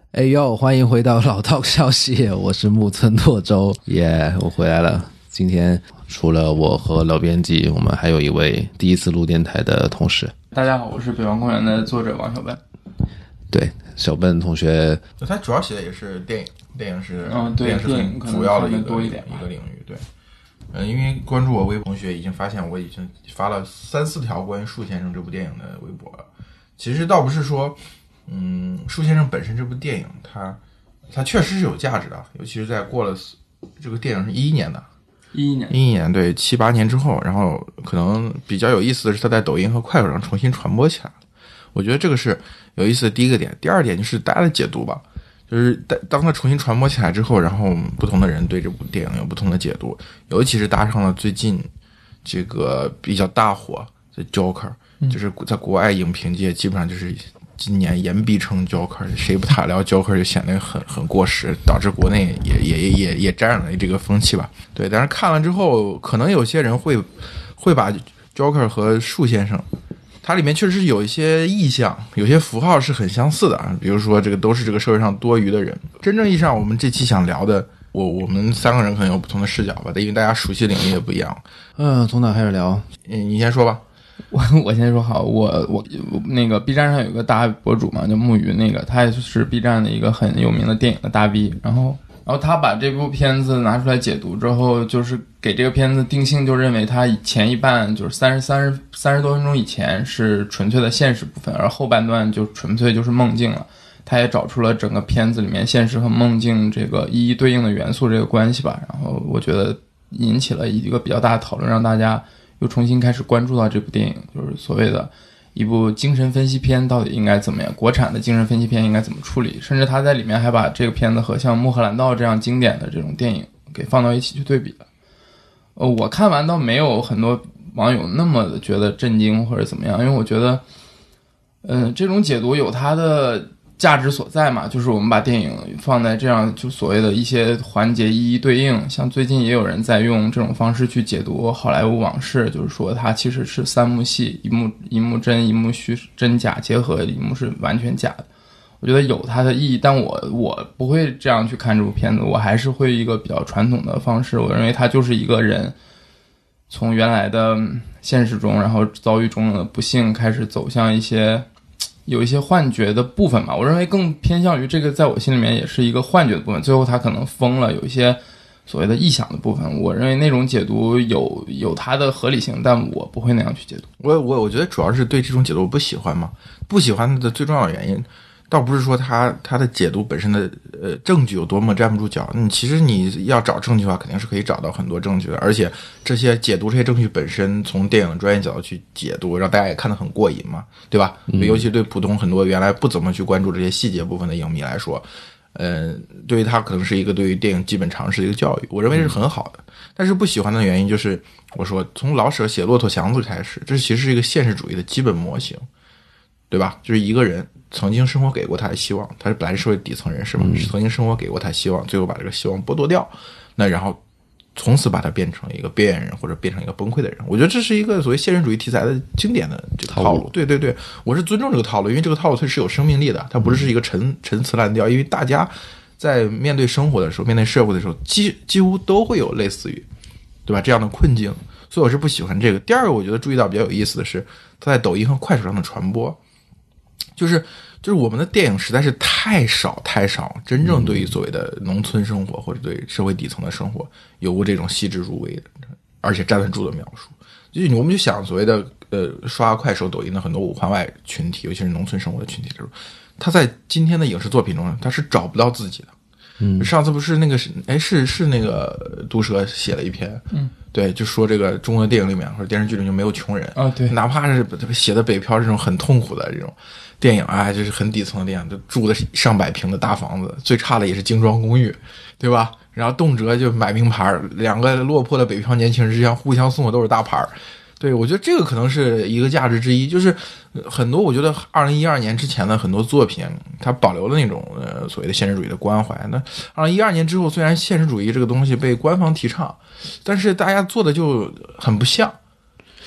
哎呦，欢迎回到老套消息，我是木村拓周，我回来了。今天除了我和老编辑，我们还有一位第一次录电台的同事。 大家好，我是北方公园的作者王小笨。 对，小笨同学， 他主要写的也是电影，电影是对， 电影是很主要的一个领域。对，因为关注我微博同学已经发现我已经发了3-4条关于树先生这部电影的微博了。其实倒不是说，树先生本身这部电影，它确实是有价值的，尤其是在过了这个电影是11年的。11年，对，7-8年之后，然后可能比较有意思的是，它在抖音和快手上重新传播起来了。我觉得这个是有意思的第一个点。第二点就是大家的解读吧，就是当它重新传播起来之后，然后不同的人对这部电影有不同的解读，尤其是搭上了最近这个比较大火的 Joker，就是在国外影评界基本上就是今年言必称 Joker， 谁不他聊 Joker 就显得很过时，导致国内也沾染了这个风气吧。对，但是看了之后，可能有些人会把 Joker 和树先生，它里面确实有一些意象，有些符号是很相似的啊。比如说这个都是这个社会上多余的人。真正意义上，我们这期想聊的，我们3个人可能有不同的视角吧，因为大家熟悉的领域也不一样。 从哪开始聊？ 你先说吧。 我先说好，我那个 B 站上有个大博主嘛，叫木鱼，那个他也是 B 站的一个很有名的电影的大 V， 然后他把这部片子拿出来解读之后，就是给这个片子定性，就认为它前一半就是30多分钟以前是纯粹的现实部分，而后半段就纯粹就是梦境了。他也找出了整个片子里面现实和梦境这个一一对应的元素这个关系吧，然后我觉得引起了一个比较大的讨论，让大家又重新开始关注到这部电影，就是所谓的一部精神分析片到底应该怎么样，国产的精神分析片应该怎么处理，甚至他在里面还把这个片子和像《穆赫兰道》这样经典的这种电影给放到一起去对比了。我看完倒没有很多网友那么的觉得震惊或者怎么样，因为我觉得这种解读有它的价值所在嘛，就是我们把电影放在这样就所谓的一些环节一一对应，像最近也有人在用这种方式去解读好莱坞往事，就是说它其实是3幕戏，一幕真，一幕虚，真假结合，一幕是完全假的。我觉得有它的意义，但我不会这样去看这部片子，我还是会一个比较传统的方式，我认为它就是一个人从原来的现实中，然后遭遇种种的不幸，开始走向有一些幻觉的部分吧，我认为更偏向于这个，在我心里面也是一个幻觉的部分，最后他可能疯了，有一些所谓的臆想的部分，我认为那种解读有它的合理性，但我不会那样去解读。 我觉得主要是对这种解读不喜欢嘛，不喜欢的最重要的原因倒不是说他的解读本身的证据有多么站不住脚，其实你要找证据的话，肯定是可以找到很多证据的，而且这些解读这些证据本身，从电影专业角度去解读，让大家也看得很过瘾嘛，对吧？尤其对普通很多原来不怎么去关注这些细节部分的影迷来说，对于他可能是一个对于电影基本常识的一个教育，我认为是很好的。但是不喜欢的原因就是，我说从老舍写《骆驼祥子》开始，这其实是一个现实主义的基本模型，对吧？就是一个人曾经生活给过他的希望，他是本来是社会底层人士嘛，曾经生活给过他希望，最后把这个希望剥夺掉，那然后从此把他变成了一个边缘人，或者变成一个崩溃的人。我觉得这是一个所谓现实主义题材的经典的这个套路。对，我是尊重这个套路，因为这个套路它是有生命力的，它不是一个陈词滥调。因为大家在面对生活的时候，面对社会的时候，几乎都会有类似于，对吧，这样的困境，所以我是不喜欢这个。第二个，我觉得注意到比较有意思的是，它在抖音和快手上的传播。就是我们的电影实在是太少真正对于所谓的农村生活或者对社会底层的生活有过这种细致入微的而且站得住的描述。就是我们就想所谓的刷快手抖音的很多5环外群体，尤其是农村生活的群体的时候，他在今天的影视作品中他是找不到自己的。上次不是那个是那个毒舌写了一篇，对，就说这个中国电影里面或者电视剧里就没有穷人啊，对， 哪怕是写的北漂这种很痛苦的这种电影啊，就是很底层的电影，就住的上百平的大房子，最差的也是精装公寓，对吧？然后动辄就买名牌，2个落魄的北漂年轻人之间互相送的都是大牌。对，我觉得这个可能是一个价值之一，就是很多我觉得2012年之前的很多作品，它保留了那种所谓的现实主义的关怀。那2012年之后，虽然现实主义这个东西被官方提倡，但是大家做的就很不像。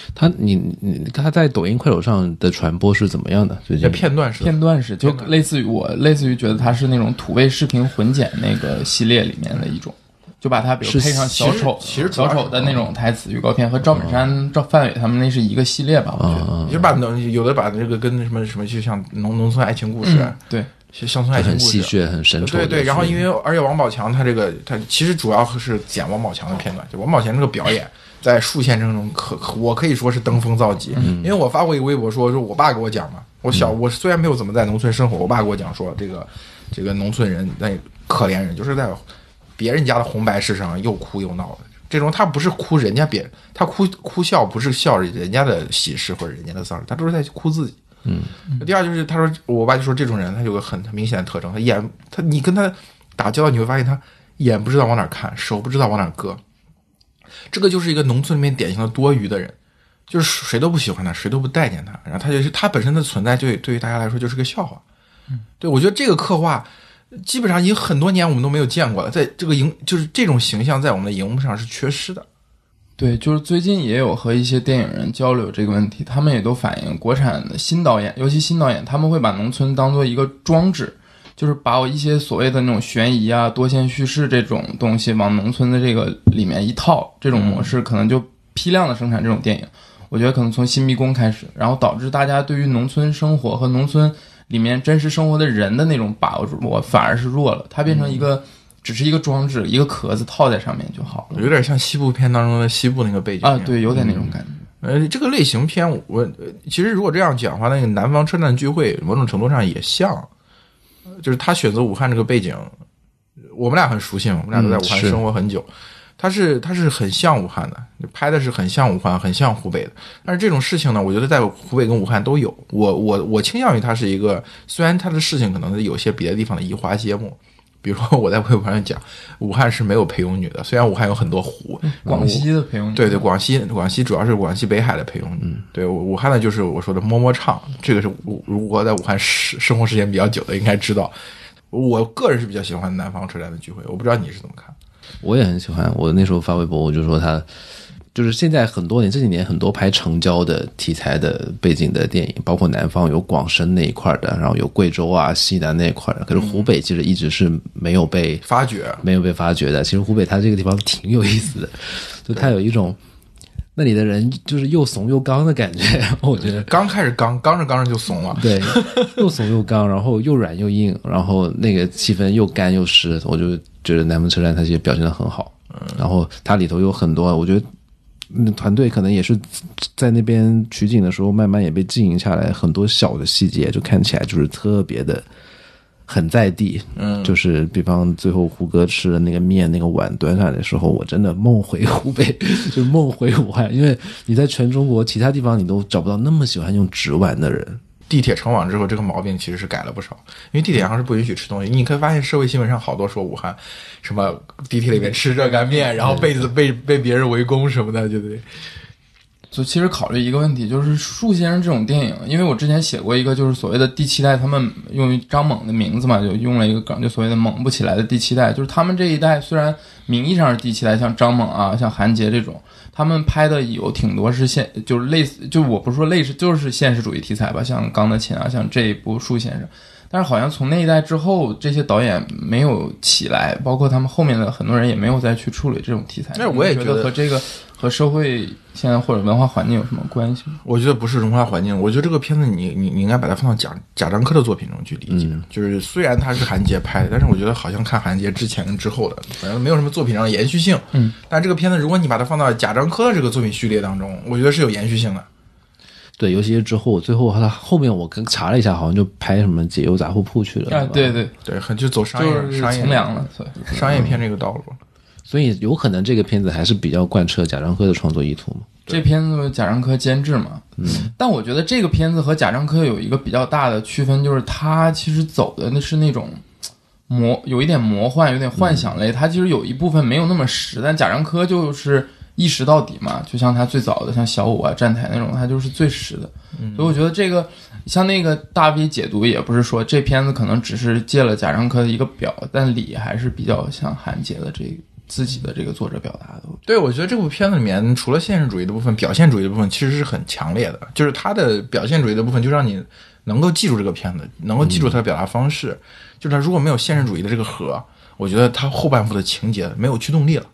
他在抖音、快手上的传播是怎么样的？最近片段式， 就类似于觉得它是那种土味视频混剪那个系列里面的一种，就把它比如配上小丑的那种台词预告片和赵本山、范伟他们那是一个系列吧？我觉得， 有的把这个跟什么就像农村爱情故事， 对。 乡村爱情故事很戏谑很神丑， 对，然后而且王宝强他其实主要是剪王宝强的片段，就王宝强这个表演在数线之中我可以说是登峰造极，因为我发过一个微博说我爸给我讲嘛，我虽然没有怎么在农村生活，我爸给我讲说这个农村人那可怜人就是在别人家的红白事上又哭又闹的，这种他不是哭人家别人，他哭笑不是笑人家的喜事或者人家的丧事，他都是在哭自己。第二就是他说我爸就说这种人他有个很明显的特征，你跟他打交道你会发现他眼不知道往哪看，手不知道往哪搁，这个就是一个农村里面典型的多余的人，就是谁都不喜欢他，谁都不待见他，然后他本身的存在对于大家来说就是个笑话。对，我觉得这个刻画基本上已经很多年我们都没有见过了，在这个就是这种形象在我们的荧幕上是缺失的。 对，就是最近也有和一些电影人交流这个问题，他们也都反映国产的新导演，尤其新导演，他们会把农村当做一个装置，就是把我一些所谓的那种悬疑啊、多线叙事这种东西往农村的这个里面一套，这种模式可能就批量的生产这种电影。我觉得可能从新迷宫开始，然后导致大家对于农村生活和农村里面真实生活的人的那种把握反而是弱了，它变成只是一个装置，一个壳子套在上面就好了， 有点像西部片当中的西部那个背景啊，对，有点那种感觉。 这个类型片其实如果这样讲的话，那个南方车站聚会某种程度上也像，就是他选择武汉这个背景，我们俩很熟悉嘛，我们俩都在武汉生活很久，他是很像武汉的，拍的是很像武汉很像湖北的，但是这种事情呢我觉得在湖北跟武汉都有，我倾向于它是一个，虽然它的事情可能有些别的地方的移花接木，比如说我在微博上讲武汉是没有陪泳女的，虽然武汉有很多湖， 广西的陪泳女， 对，广西主要是广西北海的陪泳女，对，武汉的就是我说的摸摸唱，这个是如果在武汉生活时间比较久的应该知道。我个人是比较喜欢南方车站的聚会，我不知道你是怎么看。 我也很喜欢，我那时候发微博我就说他就是现在这几年很多拍城郊的题材的背景的电影，包括南方有广深那一块的，然后有贵州啊西南那一块的，可是湖北其实一直是没有被发掘的。其实湖北它这个地方挺有意思的，就它有一种那里的人就是又怂又刚的感觉，然后我觉得刚开始刚着就怂了， 对，又怂又刚，然后又软又硬，然后那个气氛又干又湿，我就觉得南方车站它其实表现得很好，然后它里头有很多我觉得团队可能也是在那边取景的时候慢慢也被经营下来，很多小的细节就看起来就是特别的很在地，就是比方最后胡歌吃的那个面那个碗端上来的时候，我真的梦回湖北，就是梦回武汉，因为你在全中国其他地方你都找不到那么喜欢用纸碗的人。 地铁成网之后这个毛病其实是改了不少，因为地铁上是不允许吃东西，你可以发现社会新闻上好多说武汉什么地铁里面吃热干面，然后被别人围攻什么的，对不对？ 就其实考虑一个问题，就是树先生这种电影，因为我之前写过一个就是所谓的第七代，他们用于张猛的名字嘛，就用了一个梗，就所谓的猛不起来的第七代，就是他们这一代虽然名义上是第七代，像张猛啊像韩杰这种，他们拍的有挺多是就是类似，就我不是说类似，就是现实主义题材吧，像钢的琴啊，像这一部树先生，但是好像从那一代之后，这些导演没有起来，包括他们后面的很多人也没有再去处理这种题材。 那我也觉得和这个和社会现在或者文化环境有什么关系吗？ 我觉得不是文化环境，我觉得这个片子你应该把它放到贾樟柯的作品中去理解。就是虽然他是韩杰拍的，但是我觉得好像看韩杰之前跟之后的，反正没有什么作品上的延续性。但这个片子如果你把它放到贾樟柯的这个作品序列当中，我觉得是有延续性的。 对，尤其是之后，最后他后面我跟查了一下，好像就拍什么解忧杂货铺去了。 啊，对对对，就走商业从良了， 商业片这个道路。 所以有可能这个片子还是比较贯彻贾樟柯的创作意图嘛。 这片子贾樟柯监制嘛，但我觉得这个片子和贾樟柯有一个比较大的区分，就是他其实走的是那种有一点魔幻，有点幻想类，他其实有一部分没有那么实，但贾樟柯就是一实到底嘛，就像他最早的像小五啊站台那种，他就是最实的。所以我觉得这个像那个大 V 解读也不是说这片子可能只是借了贾樟柯的一个表，但理还是比较像韩杰的这自己的这个作者表达的。 对，我觉得这部片子里面除了现实主义的部分，表现主义的部分其实是很强烈的，就是它的表现主义的部分就让你能够记住这个片子，能够记住它的表达方式。就是它如果没有现实主义的这个核，我觉得它后半部的情节没有驱动力了。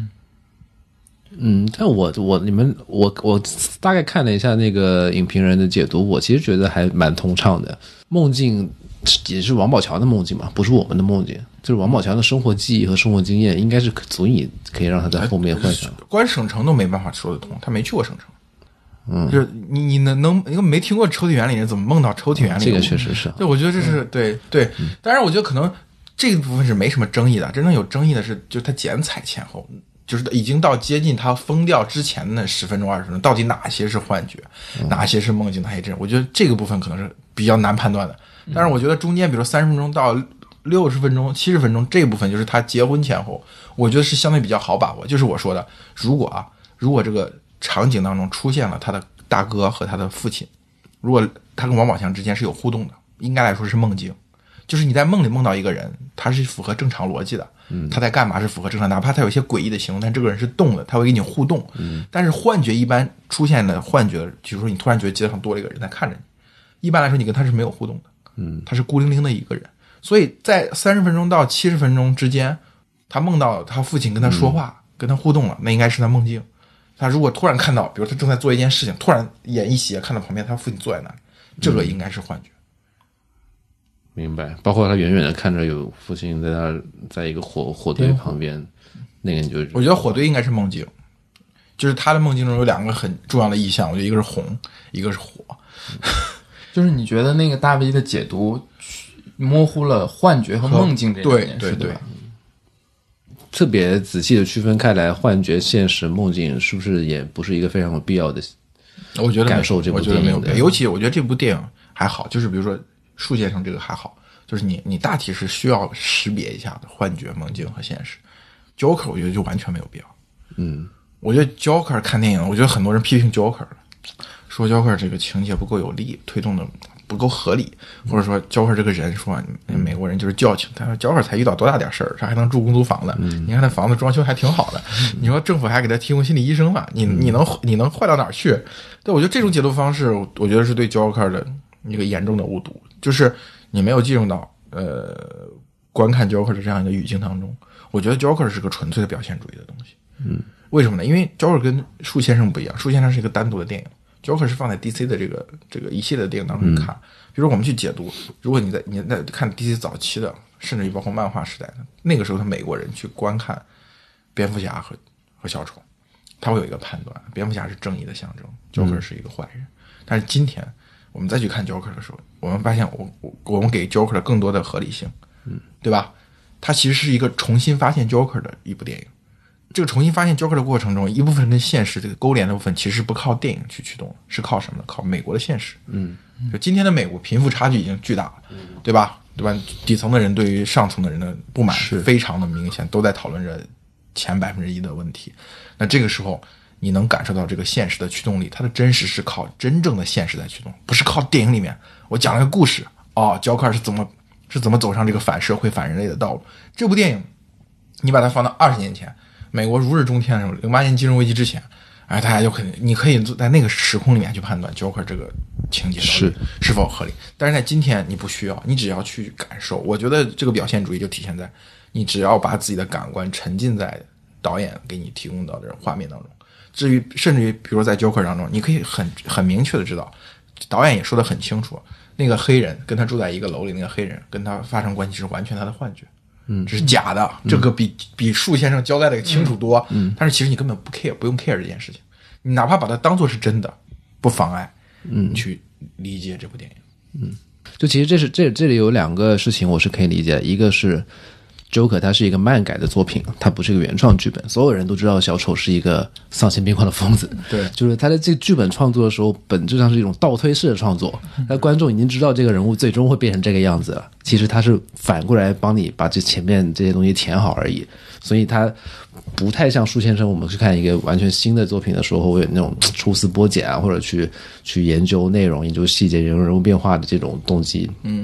但我大概看了一下那个影评人的解读，我其实觉得还蛮通畅的。梦境也是王宝强的梦境嘛，不是我们的梦境，就是王宝强的生活记忆和生活经验，应该是足以可以让他在后面幻想。 关省城都没办法说得通，他没去过省城。就是你能一个没听过抽屉原理人怎么梦到抽屉原理？ 这个确实是。 对，我觉得这是对。当然，我觉得可能这个部分是没什么争议的，真正有争议的是，就是他剪彩前后，就是已经到接近他疯掉之前的10分钟20分钟，到底哪些是幻觉，哪些是梦境，哪些真？我觉得这个部分可能是比较难判断的。但是我觉得中间，比如说30分钟到60分钟、70分钟这部分，就是他结婚前后，我觉得是相对比较好把握。就是我说的，如果这个场景当中出现了他的大哥和他的父亲，如果他跟王宝强之间是有互动的，应该来说是梦境。就是你在梦里梦到一个人，他是符合正常逻辑的，他在干嘛是符合正常，哪怕他有一些诡异的行动，但这个人是动的，他会跟你互动。但是幻觉一般出现的幻觉，比如说你突然觉得街上多了一个人在看着你，一般来说你跟他是没有互动的，他是孤零零的一个人。所以在30分钟到70分钟之间，他梦到他父亲跟他说话，跟他互动了，那应该是他梦境。他如果突然看到，比如他正在做一件事情，突然眼一斜看到旁边他父亲坐在那里，这个应该是幻觉。 明白，包括他远远的看着有父亲在那，在一个火堆旁边，那个你就我觉得火堆应该是梦境，就是他的梦境中有2个很重要的意象，我觉得一个是红，一个是火。 就是你觉得那个大 V 的解读模糊了幻觉和梦境这两件事， 对吧？ 特别仔细的区分开来，幻觉、现实、梦境是不是也不是一个非常有必要的？ 我觉得感受这部电影， 我觉得没有，尤其我觉得这部电影还好，就是比如说树先生这个还好，就是你大体是需要识别一下的幻觉、梦境和现实。Joker 我觉得就完全没有必要。我觉得 Joker 看电影，我觉得很多人批评 Joker 说 Joker 这个情节不够有力，推动的不够合理，或者说 Joker 这个人说美国人就是矫情，他说 Joker 才遇到多大点事儿，他还能住公租房的，你看他房子装修还挺好的，你说政府还给他提供心理医生嘛，你能坏到哪儿去？对，我觉得这种解读方式，我觉得是对 Joker 的一个严重的误读，就是你没有进入到观看 Joker 的这样一个语境当中。我觉得 Joker 是个纯粹的表现主义的东西。为什么呢？因为 Joker 跟树先生不一样，树先生是一个单独的电影，Joker 是放在 DC 的这个一系列的电影当中看。比如我们去解读，如果你在看 DC 早期的，甚至于包括漫画时代的，那个时候的美国人去观看蝙蝠侠和小丑，他会有一个判断，蝙蝠侠是正义的象征，Joker 是一个坏人。但是今天我们再去看 Joker 的时候，我们发现我们给 Joker 更多的合理性，对吧？它其实是一个重新发现 Joker 的一部电影。这个重新发现 Joker 的过程中，一部分跟现实这个勾连的部分，其实不靠电影去驱动，是靠什么呢？靠美国的现实。就今天的美国贫富差距已经巨大了，对吧？底层的人对于上层的人的不满非常的明显，都在讨论着前1%的问题。那这个时候，你能感受到这个现实的驱动力，它的真实是靠真正的现实在驱动，不是靠电影里面我讲了个故事Joker 是怎么走上这个反社会、反人类的道路。这部电影，你把它放到20年前，美国如日中天的时候，08年金融危机之前，大家就你可以在那个时空里面去判断 Joker 这个情节是否合理。但是在今天你不需要，你只要去感受。我觉得这个表现主义就体现在你只要把自己的感官沉浸在导演给你提供到的画面当中。甚至于比如说在 Joker 当中，你可以很明确的知道，导演也说得很清楚，那个黑人跟他住在一个楼里，那个黑人跟他发生关系是完全他的幻觉。这是假的，这个比树先生交代的清楚多。但是其实你根本不用 care 这件事情，你哪怕把它当作是真的，不妨碍你去理解这部电影。 就其实这里有2个事情我是可以理解的，一个是 Joker 它是一个漫改的作品，它不是一个原创剧本，所有人都知道小丑是一个丧心病狂的疯子， 对， 就是他的这个剧本创作的时候本质上是一种倒推式的创作，那观众已经知道这个人物最终会变成这个样子了，其实他是反过来帮你把这前面这些东西填好而已，所以他不太像树先生我们去看一个完全新的作品的时候会有那种抽丝剥茧啊，或者去研究内容、研究细节、研究人物变化的这种动机。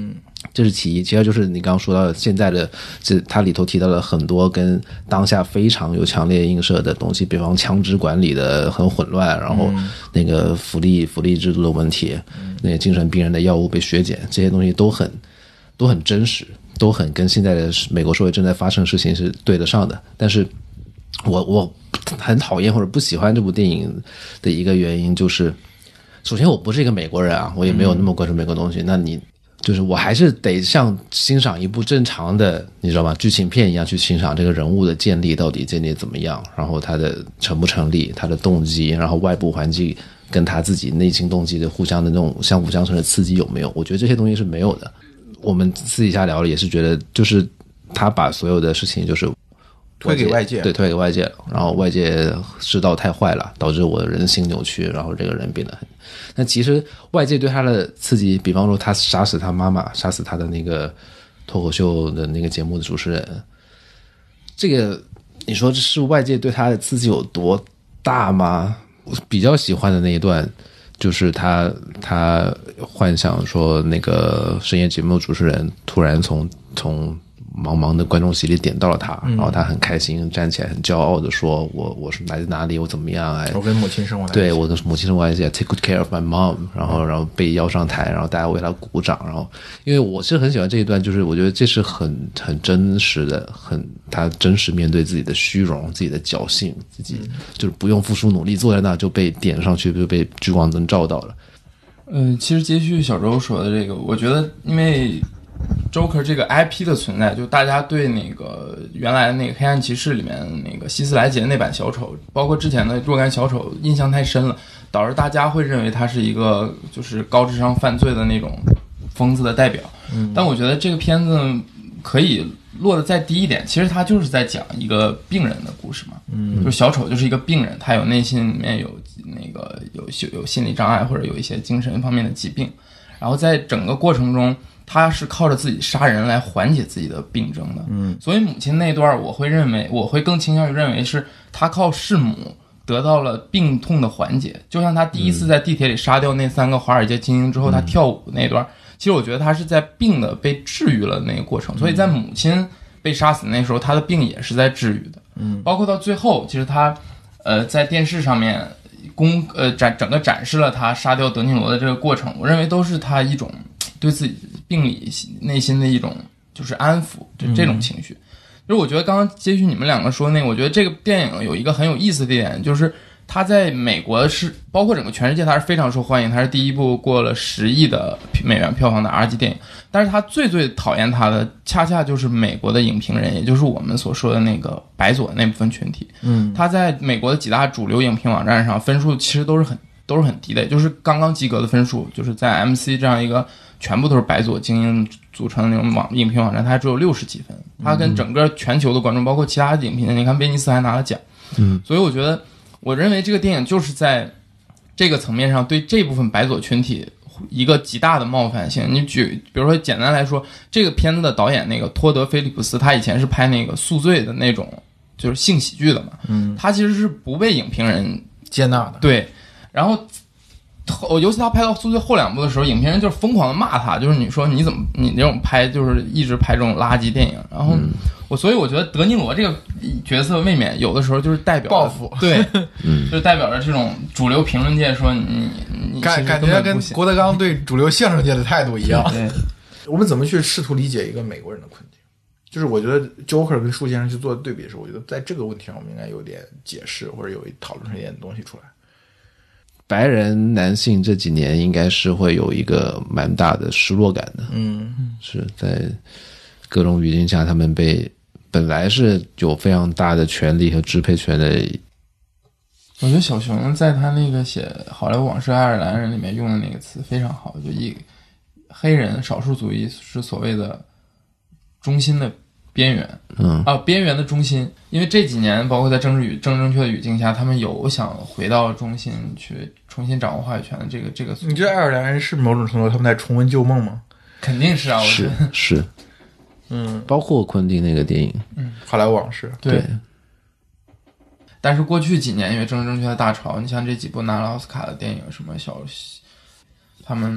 这是其一，其二就是你刚刚说到的现在的，它里头提到了很多跟当下非常有强烈映射的东西，比方枪支管理的很混乱，然后那个福利制度的问题，那个精神病人的药物被削减，这些东西都很真实，都很跟现在的美国社会正在发生的事情是对得上的。但是我很讨厌或者不喜欢这部电影的一个原因就是，首先我不是一个美国人啊，我也没有那么关注美国东西，那你就是我还是得像欣赏一部正常的，你知道吗？剧情片一样去欣赏这个人物的建立到底建立怎么样，然后他的成不成立，他的动机，然后外部环境跟他自己内心动机的互相的那种相辅相成的刺激有没有？我觉得这些东西是没有的。我们私底下聊了，也是觉得就是他把所有的事情就是推给外界， 对，推给外界了，然后外界世道太坏了，导致我的人心扭曲，然后这个人变得很。那其实外界对他的刺激，比方说他杀死他妈妈，杀死他的那个脱口秀的那个节目的主持人，这个你说这是外界对他的刺激有多大吗？我比较喜欢的那一段就是他幻想说那个深夜节目主持人突然从茫茫的观众席里点到了他，然后他很开心站起来很骄傲的说我是来自哪里，我怎么样， 我跟母亲生活在一起， 对，我跟母亲生活在一起 take good care of my mom， 然后被邀上台，然后大家为他鼓掌，然后因为我是很喜欢这一段，就是我觉得这是很真实的，他真实面对自己的虚荣，自己的侥幸，自己就是不用付出努力坐在那就被点上去，就被聚光灯照到了。 其实接续小周说的这个，我觉得因为Joker 这个 IP 的存在，就大家对那个原来的那个黑暗骑士里面那个希斯莱杰那版小丑，包括之前的若干小丑印象太深了，导致大家会认为他是一个就是高智商犯罪的那种疯子的代表。但我觉得这个片子可以落得再低一点，其实他就是在讲一个病人的故事嘛。就是小丑就是一个病人，他有内心里面有那个有心理障碍或者有一些精神方面的疾病，然后在整个过程中他是靠着自己杀人来缓解自己的病症的。所以母亲那段我会更倾向于认为是他靠弑母得到了病痛的缓解，就像他第一次在地铁里杀掉那3个华尔街精英之后，他跳舞那段，其实我觉得他是在病的被治愈了那个过程，所以在母亲被杀死那时候，他的病也是在治愈的。包括到最后，其实他在电视上面整个展示了他杀掉德尼罗的这个过程，我认为都是他一种对自己病理内心的一种就是安抚，就这种情绪。就是我觉得刚刚接续你们两个说那个，我觉得这个电影有一个很有意思的点，就是它在美国是包括整个全世界它是非常受欢迎，它是第一部过了10亿的美元票房的 R 级电影。但是它最讨厌它的恰恰就是美国的影评人，也就是我们所说的那个白左那部分群体。它在美国的几大主流影评网站上分数其实都是很低的，也就是刚刚及格的分数，就是在 MC 这样一个全部都是白左精英组成的那种影评网站，它还只有60几分。它跟整个全球的观众包括其他的影评人，你看威尼斯还拿了奖。所以我认为这个电影就是在这个层面上对这部分白左群体一个极大的冒犯性。你比如说简单来说，这个片子的导演那个托德·菲利普斯，他以前是拍那个宿醉的那种就是性喜剧的嘛，他其实是不被影评人接纳的。 对，然后尤其他拍到宿醉后2部的时候，影评人就是疯狂的骂他，就是你说你怎么你这种拍就是一直拍这种垃圾电影。然后所以我觉得德尼罗这个角色未免有的时候就是代表报复， 对，就是代表着这种主流评论界说你感觉跟郭德纲对主流相声界的态度一样。 对， 我们怎么去试图理解一个美国人的困境？就是我觉得 Joker 跟树先生去做对比的时候，我觉得在这个问题上我们应该有点解释，或者有讨论出一点东西出来。 白人男性这几年应该是会有一个蛮大的失落感的。是在各种语境下，他们本来是有非常大的权利和支配权的。 我觉得小熊在他那个写《好莱坞往事爱尔兰人》里面用的那个词非常好，就以黑人少数族裔是所谓的中心的边缘，边缘的中心。因为这几年包括在政治正确的语境下，他们有想回到中心去重新掌握话语权的这个。 你觉得爱尔兰人是某种程度他们在重温旧梦吗？ 肯定是啊，我觉得是。包括昆汀那个电影， 好莱坞往事， 对。但是过去几年因为政治正确的大潮，你像这几部拿了奥斯卡的电影，什么他们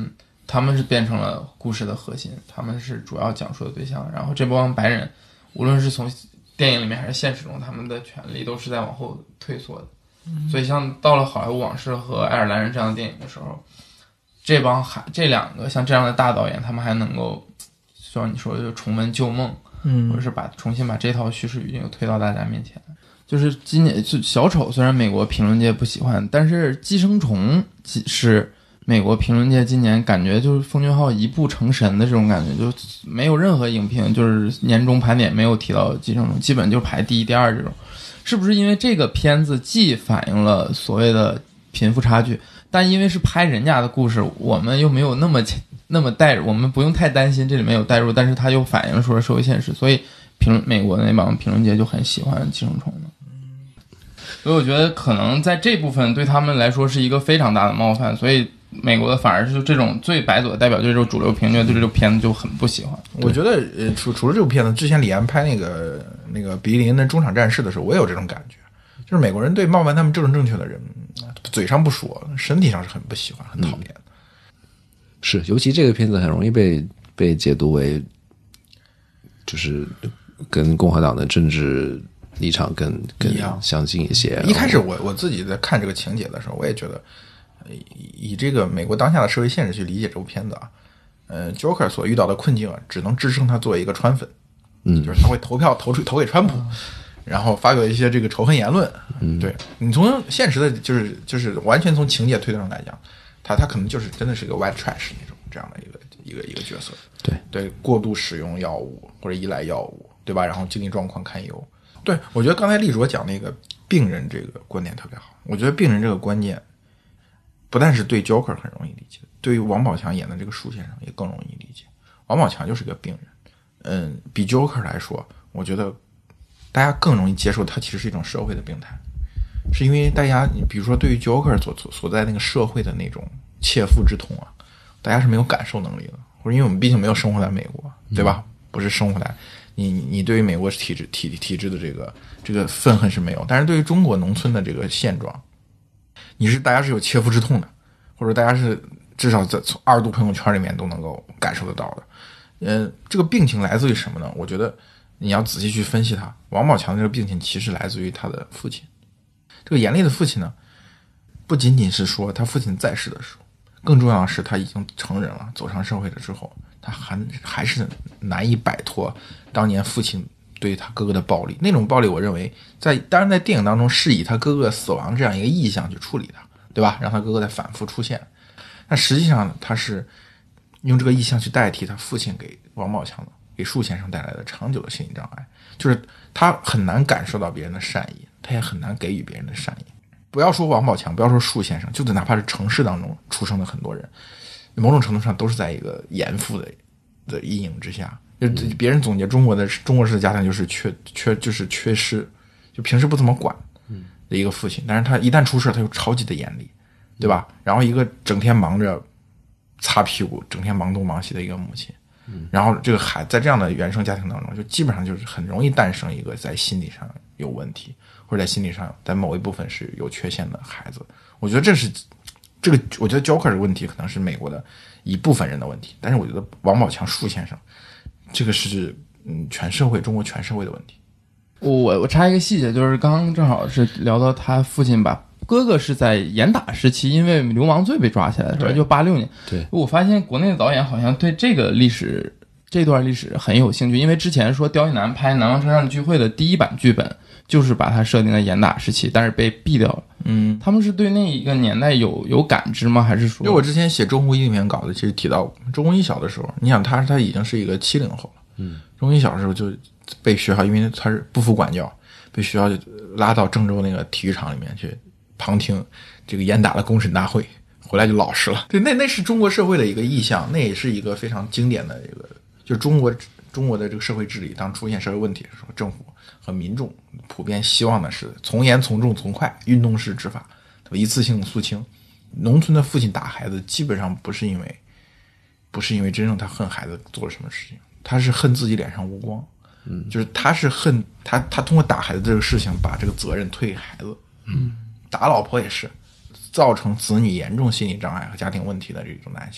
他们是变成了故事的核心，他们是主要讲述的对象。然后这帮白人，无论是从电影里面还是现实中，他们的权利都是在往后退缩的。所以像到了好莱坞往事和爱尔兰人这样的电影的时候，这两个像这样的大导演，他们还能够像你说的就重温旧梦，或者是重新把这套叙事语境又推到大家面前。就是今年就小丑，虽然美国评论界不喜欢，但是寄生虫是美国评论界今年感觉就是奉俊昊一步成神的这种感觉，就没有任何影评就是年终盘点没有提到寄生虫，基本就排第一第二这种。是不是因为这个片子既反映了所谓的贫富差距，但因为是拍人家的故事，我们又没有那么带入，我们不用太担心这里面有带入，但是它又反映了说社会现实，所以美国的那帮评论界就很喜欢寄生虫的。所以我觉得可能在这部分对他们来说是一个非常大的冒犯，所以美国的反而是就这种最白左的代表，就是这种主流评论对这部片子就很不喜欢。 我觉得除了这部片子，之前李安拍那个比利林的中场战事的时候，我也有这种感觉，就是美国人对冒犯他们政治正确的人，嘴上不说，身体上是很不喜欢、很讨厌的。 是，尤其这个片子很容易被解读为，就是跟共和党的政治立场更相近一些。 一开始我自己在看这个情节的时候，我也觉得，以这个美国当下的社会现实去理解这部片子啊，Joker 所遇到的困境啊，只能支撑他作为一个川粉，就是他会投票投给川普，然后发表一些这个仇恨言论。对，你从现实的，就是完全从情节推断上来讲，他可能就是真的是一个 white trash 那种这样的一个角色。对，过度使用药物或者依赖药物，对吧？然后经济状况堪忧。对，我觉得刚才立卓讲那个病人这个观点特别好。我觉得病人这个观念，不但是对 Joker 很容易理解，对于王宝强演的这个树先生也更容易理解。王宝强就是个病人，比 Joker 来说，我觉得大家更容易接受他其实是一种社会的病态，是因为大家，你比如说对于 Joker 所在那个社会的那种切肤之痛啊，大家是没有感受能力的，或者因为我们毕竟没有生活在美国，对吧？不是生活在你对于美国体制的这个愤恨是没有，但是对于中国农村的这个现状，大家是有切肤之痛的，或者大家是至少在从二度朋友圈里面都能够感受得到的。这个病情来自于什么呢？我觉得你要仔细去分析它。王宝强的这个病情其实来自于他的父亲。这个严厉的父亲呢，不仅仅是说他父亲在世的时候，更重要的是他已经成人了，走上社会了之后，他还是难以摆脱当年父亲对他哥哥的暴力。那种暴力我认为当然在电影当中是以他哥哥死亡这样一个意象去处理他，对吧？让他哥哥在反复出现。但实际上他是用这个意象去代替他父亲给王宝强给树先生带来的长久的心理障碍，就是他很难感受到别人的善意，他也很难给予别人的善意。不要说王宝强，不要说树先生，就哪怕是城市当中出生的很多人，某种程度上都是在一个严父的阴影之下。就别人总结中国式的家庭就是缺失，就平时不怎么管的一个父亲，但是他一旦出事他又超级的严厉，对吧？然后一个整天忙着擦屁股，整天忙东忙西的一个母亲，然后这个孩在这样的原生家庭当中，就基本上就是很容易诞生一个在心理上有问题，或者在心理上在某一部分是有缺陷的孩子。我觉得我觉得 Joker 的问题可能是美国的一部分人的问题，但是我觉得王宝强树先生这个是中国全社会的问题。 我插一个细节，就是刚刚正好是聊到他父亲吧，哥哥是在严打时期因为流氓罪被抓起来的时候，就86年。 对， 我发现国内的导演好像对这段历史很有兴趣，因为之前说刁亦男拍《南方车站聚会》的第一版剧本就是把它设定在严打时期，但是被毙掉了。他们是对那一个年代有感知吗？还是说？因为我之前写周鸿祎里面稿子，其实提到周鸿祎小的时候，你想他已经是一个70后了。周鸿祎小的时候就被学校，因为他是不服管教，被学校就拉到郑州那个体育场里面去旁听这个严打的公审大会，回来就老实了。对，那是中国社会的一个意象，那也是一个非常经典的一个，就是中国的这个社会治理，当出现社会问题的时候，政府和民众普遍希望的是从严从重从快，运动式执法，对吧？一次性肃清。农村的父亲打孩子基本上不是因为真正他恨孩子做了什么事情，他是恨自己脸上无光。就是他是恨他通过打孩子这个事情把这个责任推给孩子。打老婆也是造成子女严重心理障碍和家庭问题的这种男性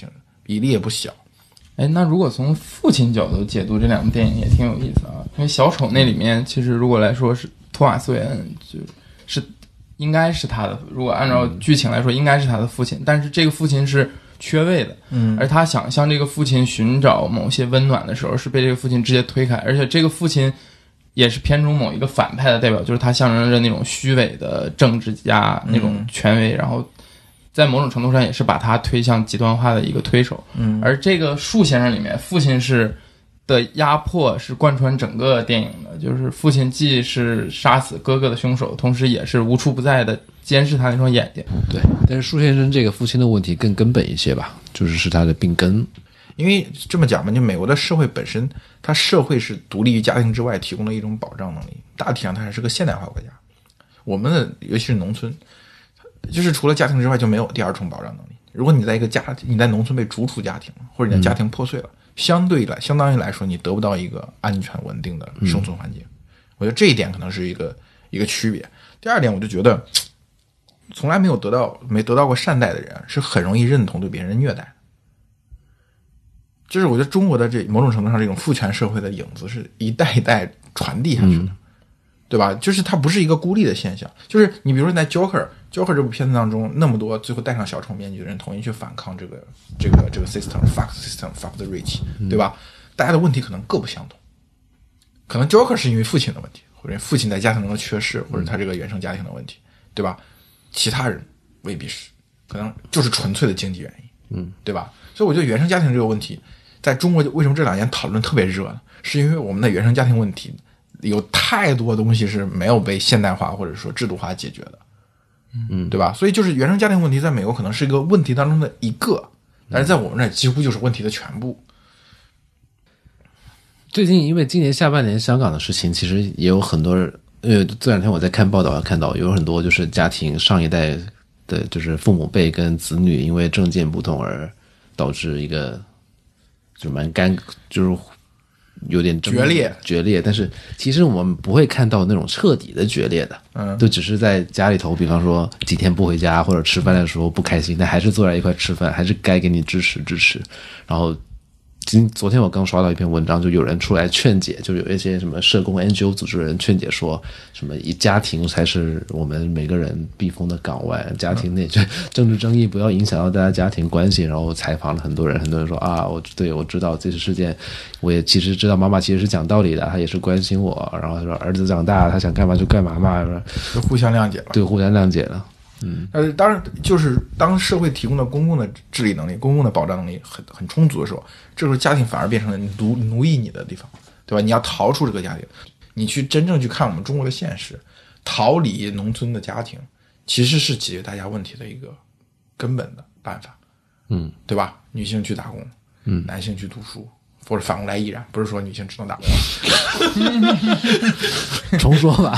比例也不小。 哎，那如果从父亲角度解读这两部电影也挺有意思啊。因为小丑那里面其实如果来说是托马斯·韦恩，就是应该是他的，如果按照剧情来说应该是他的父亲，但是这个父亲是缺位的，而他想向这个父亲寻找某些温暖的时候是被这个父亲直接推开，而且这个父亲也是片中某一个反派的代表，就是他象征着那种虚伪的政治家那种权威，然后在某种程度上也是把他推向极端化的一个推手。而这个树先生里面父亲的压迫是贯穿整个电影的，就是父亲既是杀死哥哥的凶手，同时也是无处不在的监视他那双眼睛。 对，但是树先生这个父亲的问题更根本一些吧，是他的病根。 因为这么讲嘛，就美国的社会本身，它社会是独立于家庭之外提供了一种保障能力，大体上它还是个现代化国家。我们的尤其是农村，就是除了家庭之外就没有第二重保障能力。如果你在你在农村被逐出家庭，或者你的家庭破碎了，相当于来说，你得不到一个安全稳定的生存环境。我觉得这一点可能是一个区别。第二点，我就觉得从来没得到过善待的人是很容易认同对别人虐待的。就是我觉得中国的某种程度上这种父权社会的影子是一代一代传递下去的，对吧？就是它不是一个孤立的现象。就是你比如说在 Joker 这部片子当中，那么多最后戴上小丑面具的人统一去反抗这个 system fuck the rich， 对吧？大家的问题可能各不相同，可能 Joker 是因为父亲的问题，或者父亲在家庭中的缺失，或者他这个原生家庭的问题，对吧？其他人未必是，可能就是纯粹的经济原因，对吧？所以我觉得原生家庭这个问题在中国为什么这2年讨论特别热呢？是因为我们的原生家庭问题有太多东西是没有被现代化或者说制度化解决的，对吧？所以就是原生家庭问题在美国可能是一个问题当中的一个，但是在我们这几乎就是问题的全部。 最近因为今年下半年香港的事情，其实也有很多人，这2天我在看报道看到有很多就是家庭上一代的就是父母辈跟子女因为政见不同而导致一个就蛮就是有点决裂，但是其实我们不会看到那种彻底的决裂的，就只是在家里头，比方说几天不回家或者吃饭的时候不开心，但还是坐在一块吃饭，还是该给你支持，然后。昨天我刚刷到一篇文章，就有人出来劝解，就有一些什么社工 NGO 组织的人劝解说，什么以家庭才是我们每个人避风的港湾，家庭内政治争议不要影响到大家家庭关系。然后采访了很多人说啊，我知道这次事件，我也其实知道妈妈其实是讲道理的，她也是关心我。然后说儿子长大，他想干嘛就干嘛嘛， 就互相谅解了。 对，互相谅解了。 当然，就是当社会提供的公共的治理能力、公共的保障能力很充足的时候，这时候家庭反而变成了奴役你的地方，对吧？你要逃出这个家庭，你去真正去看我们中国的现实，逃离农村的家庭，其实是解决大家问题的一个根本的办法，对吧？女性去打工，男性去读书，或者反过来亦然，不是说女性只能打工。 重说吧。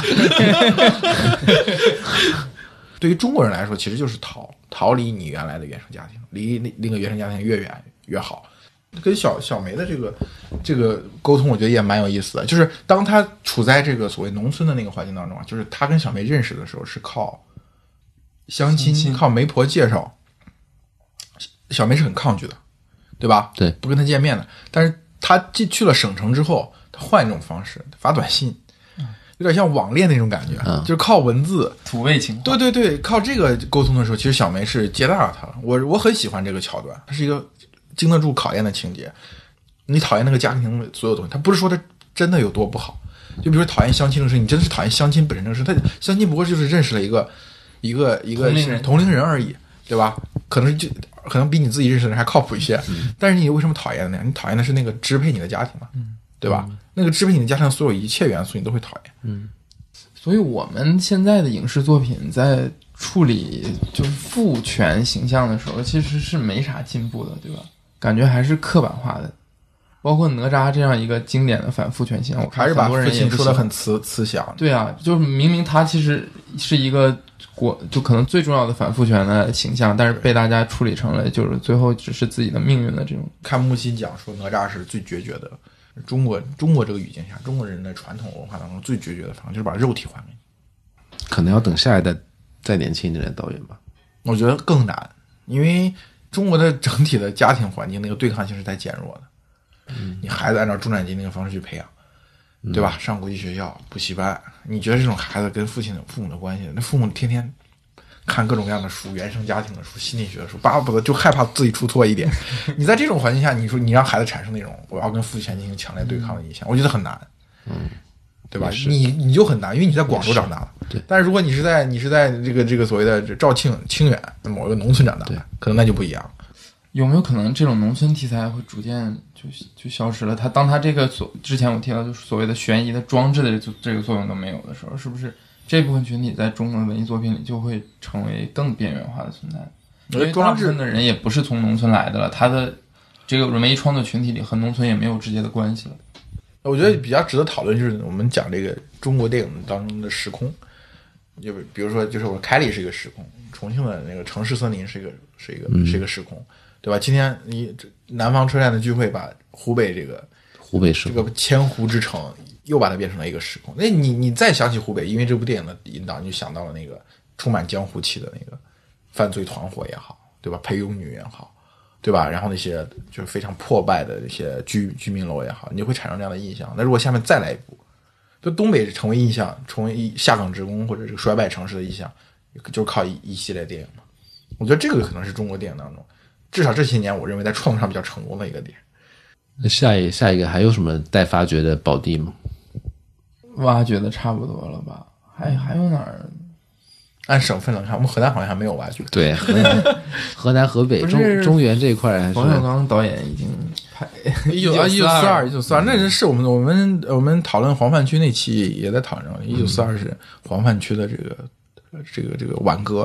对于中国人来说，其实就是逃离你原来的原生家庭，离那个原生家庭越远越好。跟小梅的这个沟通，我觉得也蛮有意思的。就是当他处在这个所谓农村的那个环境当中啊，就是他跟小梅认识的时候是靠相亲，靠媒婆介绍。小梅是很抗拒的，对吧？ 对， 不跟他见面的。但是他去了省城之后，他换一种方式发短信。有点像网恋那种感觉，就是靠文字土味情话。 对，靠这个沟通的时候，其实小梅是接纳了他了。我很喜欢这个桥段，它是一个经得住考验的情节。你讨厌那个家庭的所有东西，他不是说他真的有多不好，就比如说讨厌相亲的事，你真的是讨厌相亲本身这个事，他相亲不过就是认识了一个同龄人而已，对吧？可能比你自己认识的人还靠谱一些，但是你为什么讨厌呢？你讨厌的是那个支配你的家庭嘛，对吧？那个支配你的家庭所有一切元素，你都会讨厌。 所以我们现在的影视作品在处理就是父权形象的时候，其实是没啥进步的，对吧？感觉还是刻板化的。包括哪吒这样一个经典的反父权形象，我看很多人也说的很慈祥。 对啊，就是明明他其实是一个就可能最重要的反父权的形象，但是被大家处理成了就是最后只是自己的命运的这种。 看木心讲说哪吒是最决绝的。中国这个语境下，中国人的传统文化当中最决绝的方式就是把肉体还给你。 可能要等下一代再年轻一点的导演吧。 我觉得更难，因为中国的整体的家庭环境那个对抗性是在减弱的。你孩子按照中产阶级那个方式去培养，对吧？上国际学校、补习班，你觉得这种孩子跟父母的关系？那父母天天看各种各样的书，原生家庭的书、心理学的书，巴不得就害怕自己出错一点。你在这种环境下，你说你让孩子产生那种我要跟父权进行强烈对抗的印象，我觉得很难。对吧？你就很难，因为你在广州长大了。 对。 但是如果你是在这个所谓的肇庆清远某一个农村长大的，可能那就不一样。 有没有可能这种农村题材会逐渐就消失了？当他这个之前我提到就是所谓的悬疑的装置的这个作用都没有的时候，是不是这部分群体在中国的文艺作品里就会成为更边缘化的存在？因为大部分的人也不是从农村来的了，他的这个文艺创作群体里和农村也没有直接的关系了。 我觉得比较值得讨论就是我们讲这个中国电影当中的时空，就比如说就是我开利是一个时空，重庆的那个城市森林是一个时空，对吧？今天你南方车站的聚会把湖北这个千湖之城又把它变成了一个时空。那你再想起湖北，因为这部电影的引导，你就想到了那个充满江湖气的那个犯罪团伙也好，对吧？陪佣女也好。对吧？然后那些就是非常破败的那些居民楼也好，你就会产生这样的印象。那如果下面再来一部，就东北成为印象，成为下岗职工或者这个衰败城市的印象，就是靠一系列电影嘛。我觉得这个可能是中国电影当中，至少这些年我认为在创作上比较成功的一个点。 那下一个还有什么待发掘的宝地吗？ 挖掘的差不多了吧？还有哪儿？ 按省份来看，我们河南好像还没有挖掘。 对，河南、河北、中原这一块还是冯小刚导演已经拍 1942，那是我们讨论黄泛区那期也在讨论1942是黄泛区的这个挽歌。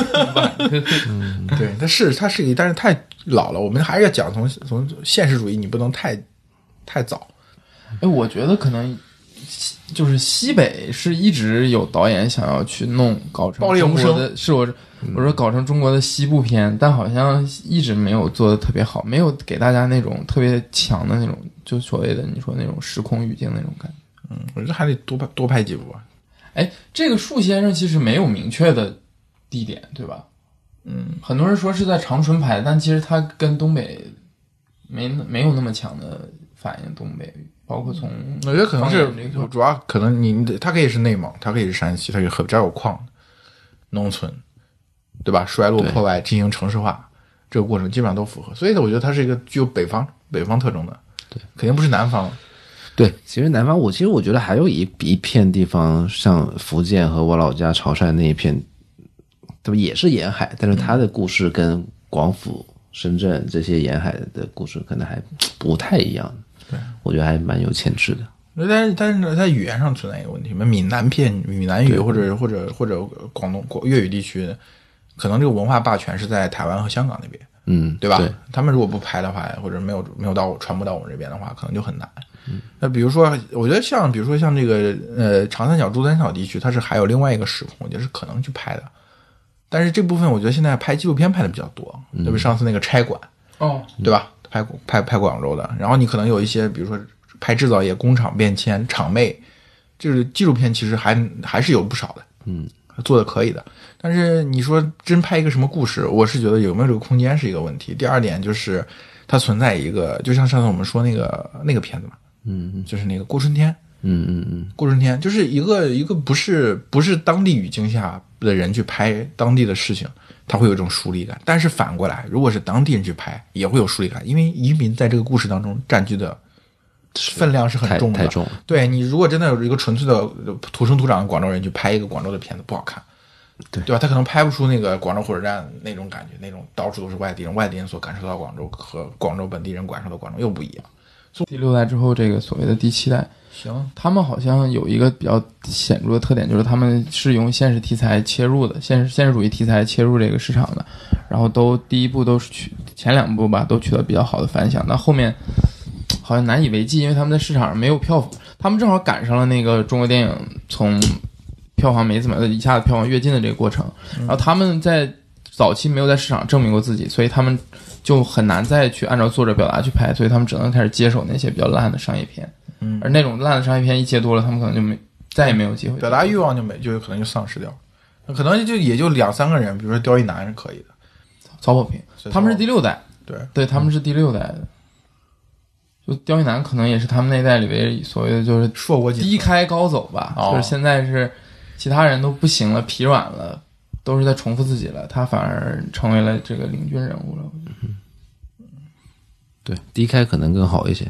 对，它是一个，但是太老了，我们还是要讲从现实主义，你不能太早。 我觉得可能。就是西北是一直有导演想要去搞成中国的，是我说搞成中国的西部片，但好像一直没有做的特别好，没有给大家那种特别强的那种，就所谓的你说那种时空语境那种感觉。 我觉得还得多拍几部啊。 这个树先生其实没有明确的地点，对吧？很多人说是在长春拍的，但其实他跟东北没有那么强的反应，东北。包括从我觉得可能是主要可能它可以是内蒙，它可以是山西，它可以只要有矿，农村，对吧？衰落破坏进行城市化，这个过程基本上都符合。所以呢，我觉得它是一个具有北方特征的，对，肯定不是南方。 对，其实南方我觉得还有一片地方，像福建和我老家潮汕那一片，对吧？也是沿海，但是它的故事跟广府、深圳这些沿海的故事可能还不太一样。 对， 我觉得还蛮有潜质的。 但是在语言上存在一个问题，闽南语或者广东粤语地区，可能这个文化霸权是在台湾和香港那边，对吧？对，他们如果不拍的话，或者没有传播到我们这边的话，可能就很难。那比如说，我觉得像这个长三角、珠三角地区，它是还有另外一个时空，我觉得是可能去拍的。但是这部分我觉得现在拍纪录片拍的比较多，特别上次那个拆馆，对吧？拍广州的，然后你可能有一些，比如说拍制造业、工厂变迁、厂妹，这个纪录片其实还是有不少的，做的可以的。但是你说真拍一个什么故事，我是觉得有没有这个空间是一个问题。第二点就是它存在一个，就像上次我们说那个片子嘛，就是那个过春天，过春天就是一个不是当地语境下的人去拍当地的事情。他会有一种疏离感，但是反过来，如果是当地人去拍，也会有疏离感，因为移民在这个故事当中占据的分量是很重的。 太重了。 对，你如果真的有一个纯粹的土生土长的广州人去拍一个广州的片子，不好看，对吧？他可能拍不出那个广州火车站那种感觉，那种到处都是外地人所感受到广州和广州本地人感受到广州又不一样。 第6代之后，这个所谓的第7代。 行， 他们好像有一个比较显著的特点，就是他们是用现实题材切入的，现实主义题材切入这个市场的，然后第一部都是前2部吧，都取得比较好的反响，但后面好像难以为继，因为他们在市场上没有票房，他们正好赶上了那个中国电影从票房没怎么一下子票房跃进的这个过程，然后他们在早期没有在市场证明过自己，所以他们就很难再去按照作者表达去拍，所以他们只能开始接手那些比较烂的商业片。而那种烂的商业片一接多了，他们可能就再也没有机会， 表达欲望就可能就丧失掉，可能也就2-3个人，比如说刁一男是可以的， 曹保平，他们是第6代， 对， 他们是第6代的。就刁亦男可能也是他们那代里边所谓的就是硕果仅存低开高走吧，就是现在是其他人都不行了，疲软了，都是在重复自己了，他反而成为了这个领军人物了。我觉得对，低开可能更好一些。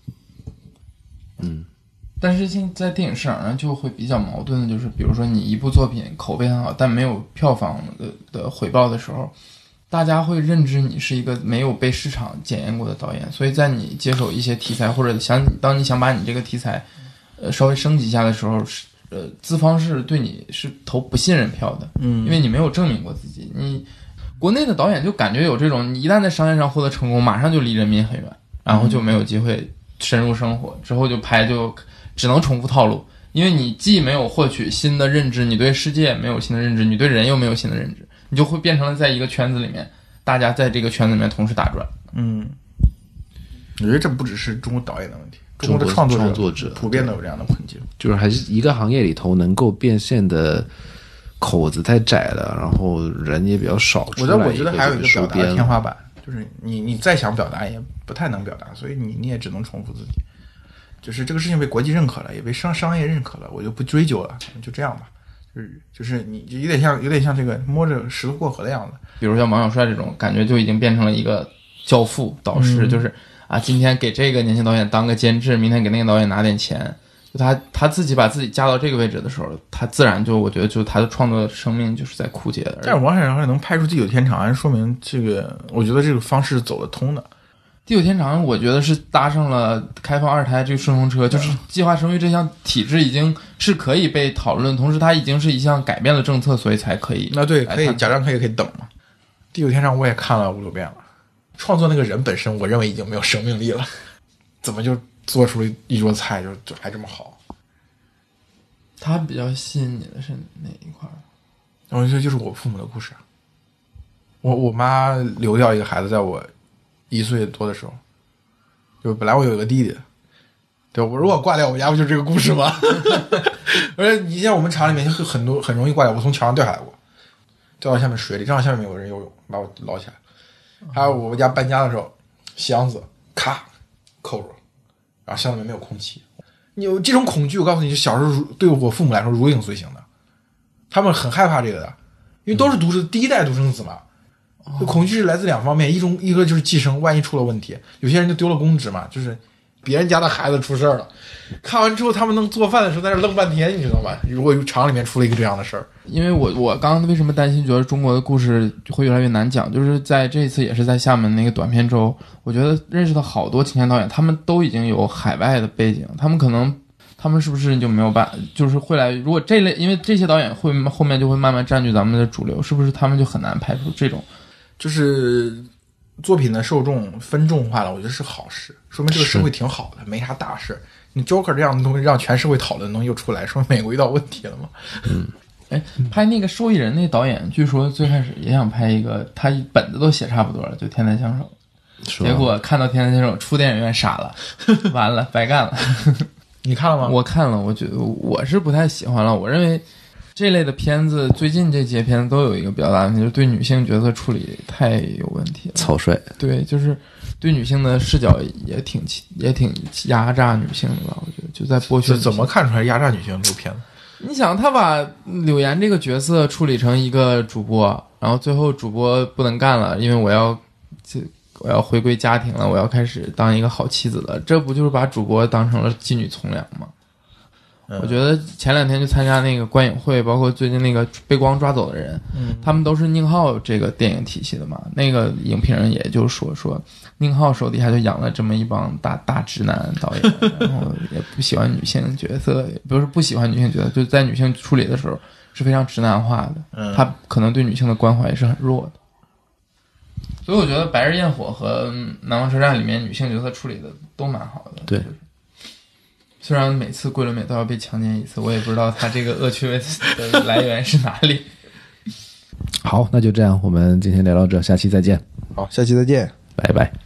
但是现在电影市场上就会比较矛盾的，就是比如说你一部作品口碑很好，但没有票房的回报的时候，大家会认知你是一个没有被市场检验过的导演，所以在你接手一些题材或者当你想把你这个题材稍微升级一下的时候，资方是对你是投不信任票的，因为你没有证明过自己。你国内的导演就感觉有这种，你一旦在商业上获得成功，马上就离人民很远，然后就没有机会深入生活，之后就拍就只能重复套路，因为你既没有获取新的认知，你对世界没有新的认知，你对人又没有新的认知，你就会变成了在一个圈子里面，大家在这个圈子里面同时打转。 我觉得这不只是中国导演的问题，中国的创作者普遍都有这样的困境， 就是还是一个行业里头能够变现的口子太窄了，然后人也比较少。 我觉得还有一个表达的天花板，就是你再想表达也不太能表达，所以你也只能重复自己。就是这个事情被国际认可了，也被商业认可了，我就不追究了，就这样吧。就是你就有点像这个摸着石头过河的样子。 比如像王小帅这种感觉就已经变成了一个教父导师，就是啊，今天给这个年轻导演当个监制，明天给那个导演拿点钱，就他自己把自己加到这个位置的时候，他自然就我觉得就他的创作生命就是在枯竭的。 但是王小帅能拍出《地久天长》，说明这个我觉得这个方式走得通的。 地久天长我觉得是搭上了开放2胎这个顺风车，就是计划生育这项体制已经是可以被讨论，同时它已经是一项改变了政策，所以才可以。 那对，可以贾樟柯也可以等嘛。地久天长我也看了5、6遍了，创作那个人本身我认为已经没有生命力了，怎么就做出了一桌菜就还这么好？ 他比较吸引你的是哪一块？ 我觉得就是我父母的故事。我妈流掉一个孩子，在我1岁多的时候，就本来我有一个弟弟，对，我如果挂掉，我们家不就这个故事吗？而且你像我们厂里面就很容易挂掉，我从桥上掉下来过，掉到下面水里，正好下面有人游泳，把我捞起来。还有我家搬家的时候，箱子咔扣住了，然后箱子里面没有空气。你有这种恐惧，我告诉你，小时候对我父母来说如影随形的，他们很害怕这个的，因为都是第一代独生子嘛。恐惧是来自2方面，一个就是寄生，万一出了问题，有些人就丢了公职嘛，就是别人家的孩子出事了，看完之后他们能做饭的时候在那愣半天，你知道吗？如果厂里面出了一个这样的事儿， 因为我刚刚为什么担心觉得中国的故事会越来越难讲，就是在这一次也是在厦门那个短片周，我觉得认识到好多青年导演，他们都已经有海外的背景，他们是不是就没有办法，就是会来，如果这类因为这些导演会后面就会慢慢占据咱们的主流，是不是他们就很难拍出这种就是作品的受众分众化了？我觉得是好事，说明这个社会挺好的，没啥大事。你 Joker 这样的东西让全社会讨论的东西又出来，说明美国遇到问题了吗？ 拍那个受益人那导演，据说最开始也想拍一个，他本子都写差不多了，就天才枪手，结果看到天才枪手出电影院傻了，完了白干了。 你看了吗？ 我看了，我觉得我是不太喜欢了。我认为这类的片子，最近这些片子都有一个比较大的问题，就是对女性角色处理太有问题了。 草率， 对，就是对女性的视角也挺压榨女性的吧？我觉得就在剥削。 怎么看出来压榨女性这个片子？ 你想，他把柳岩这个角色处理成一个主播，然后最后主播不能干了，因为我要回归家庭了，我要开始当一个好妻子了，这不就是把主播当成了妓女从良吗？我觉得前2天去参加那个观影会，包括最近那个被光抓走的人，他们都是宁浩这个电影体系的嘛。那个影评人也就说宁浩手底下就养了这么一帮大直男导演，然后也不喜欢女性角色，也不是不喜欢女性角色，就在女性处理的时候是非常直男化的，他可能对女性的关怀也是很弱的。所以我觉得《白日焰火》和《南方车站》里面女性角色处理的都蛮好的。 对。 虽然每次桂纶镁都要被强奸一次，我也不知道他这个恶趣味的来源是哪里。 好，那就这样，我们今天聊到这，下期再见。 好，下期再见， 拜拜。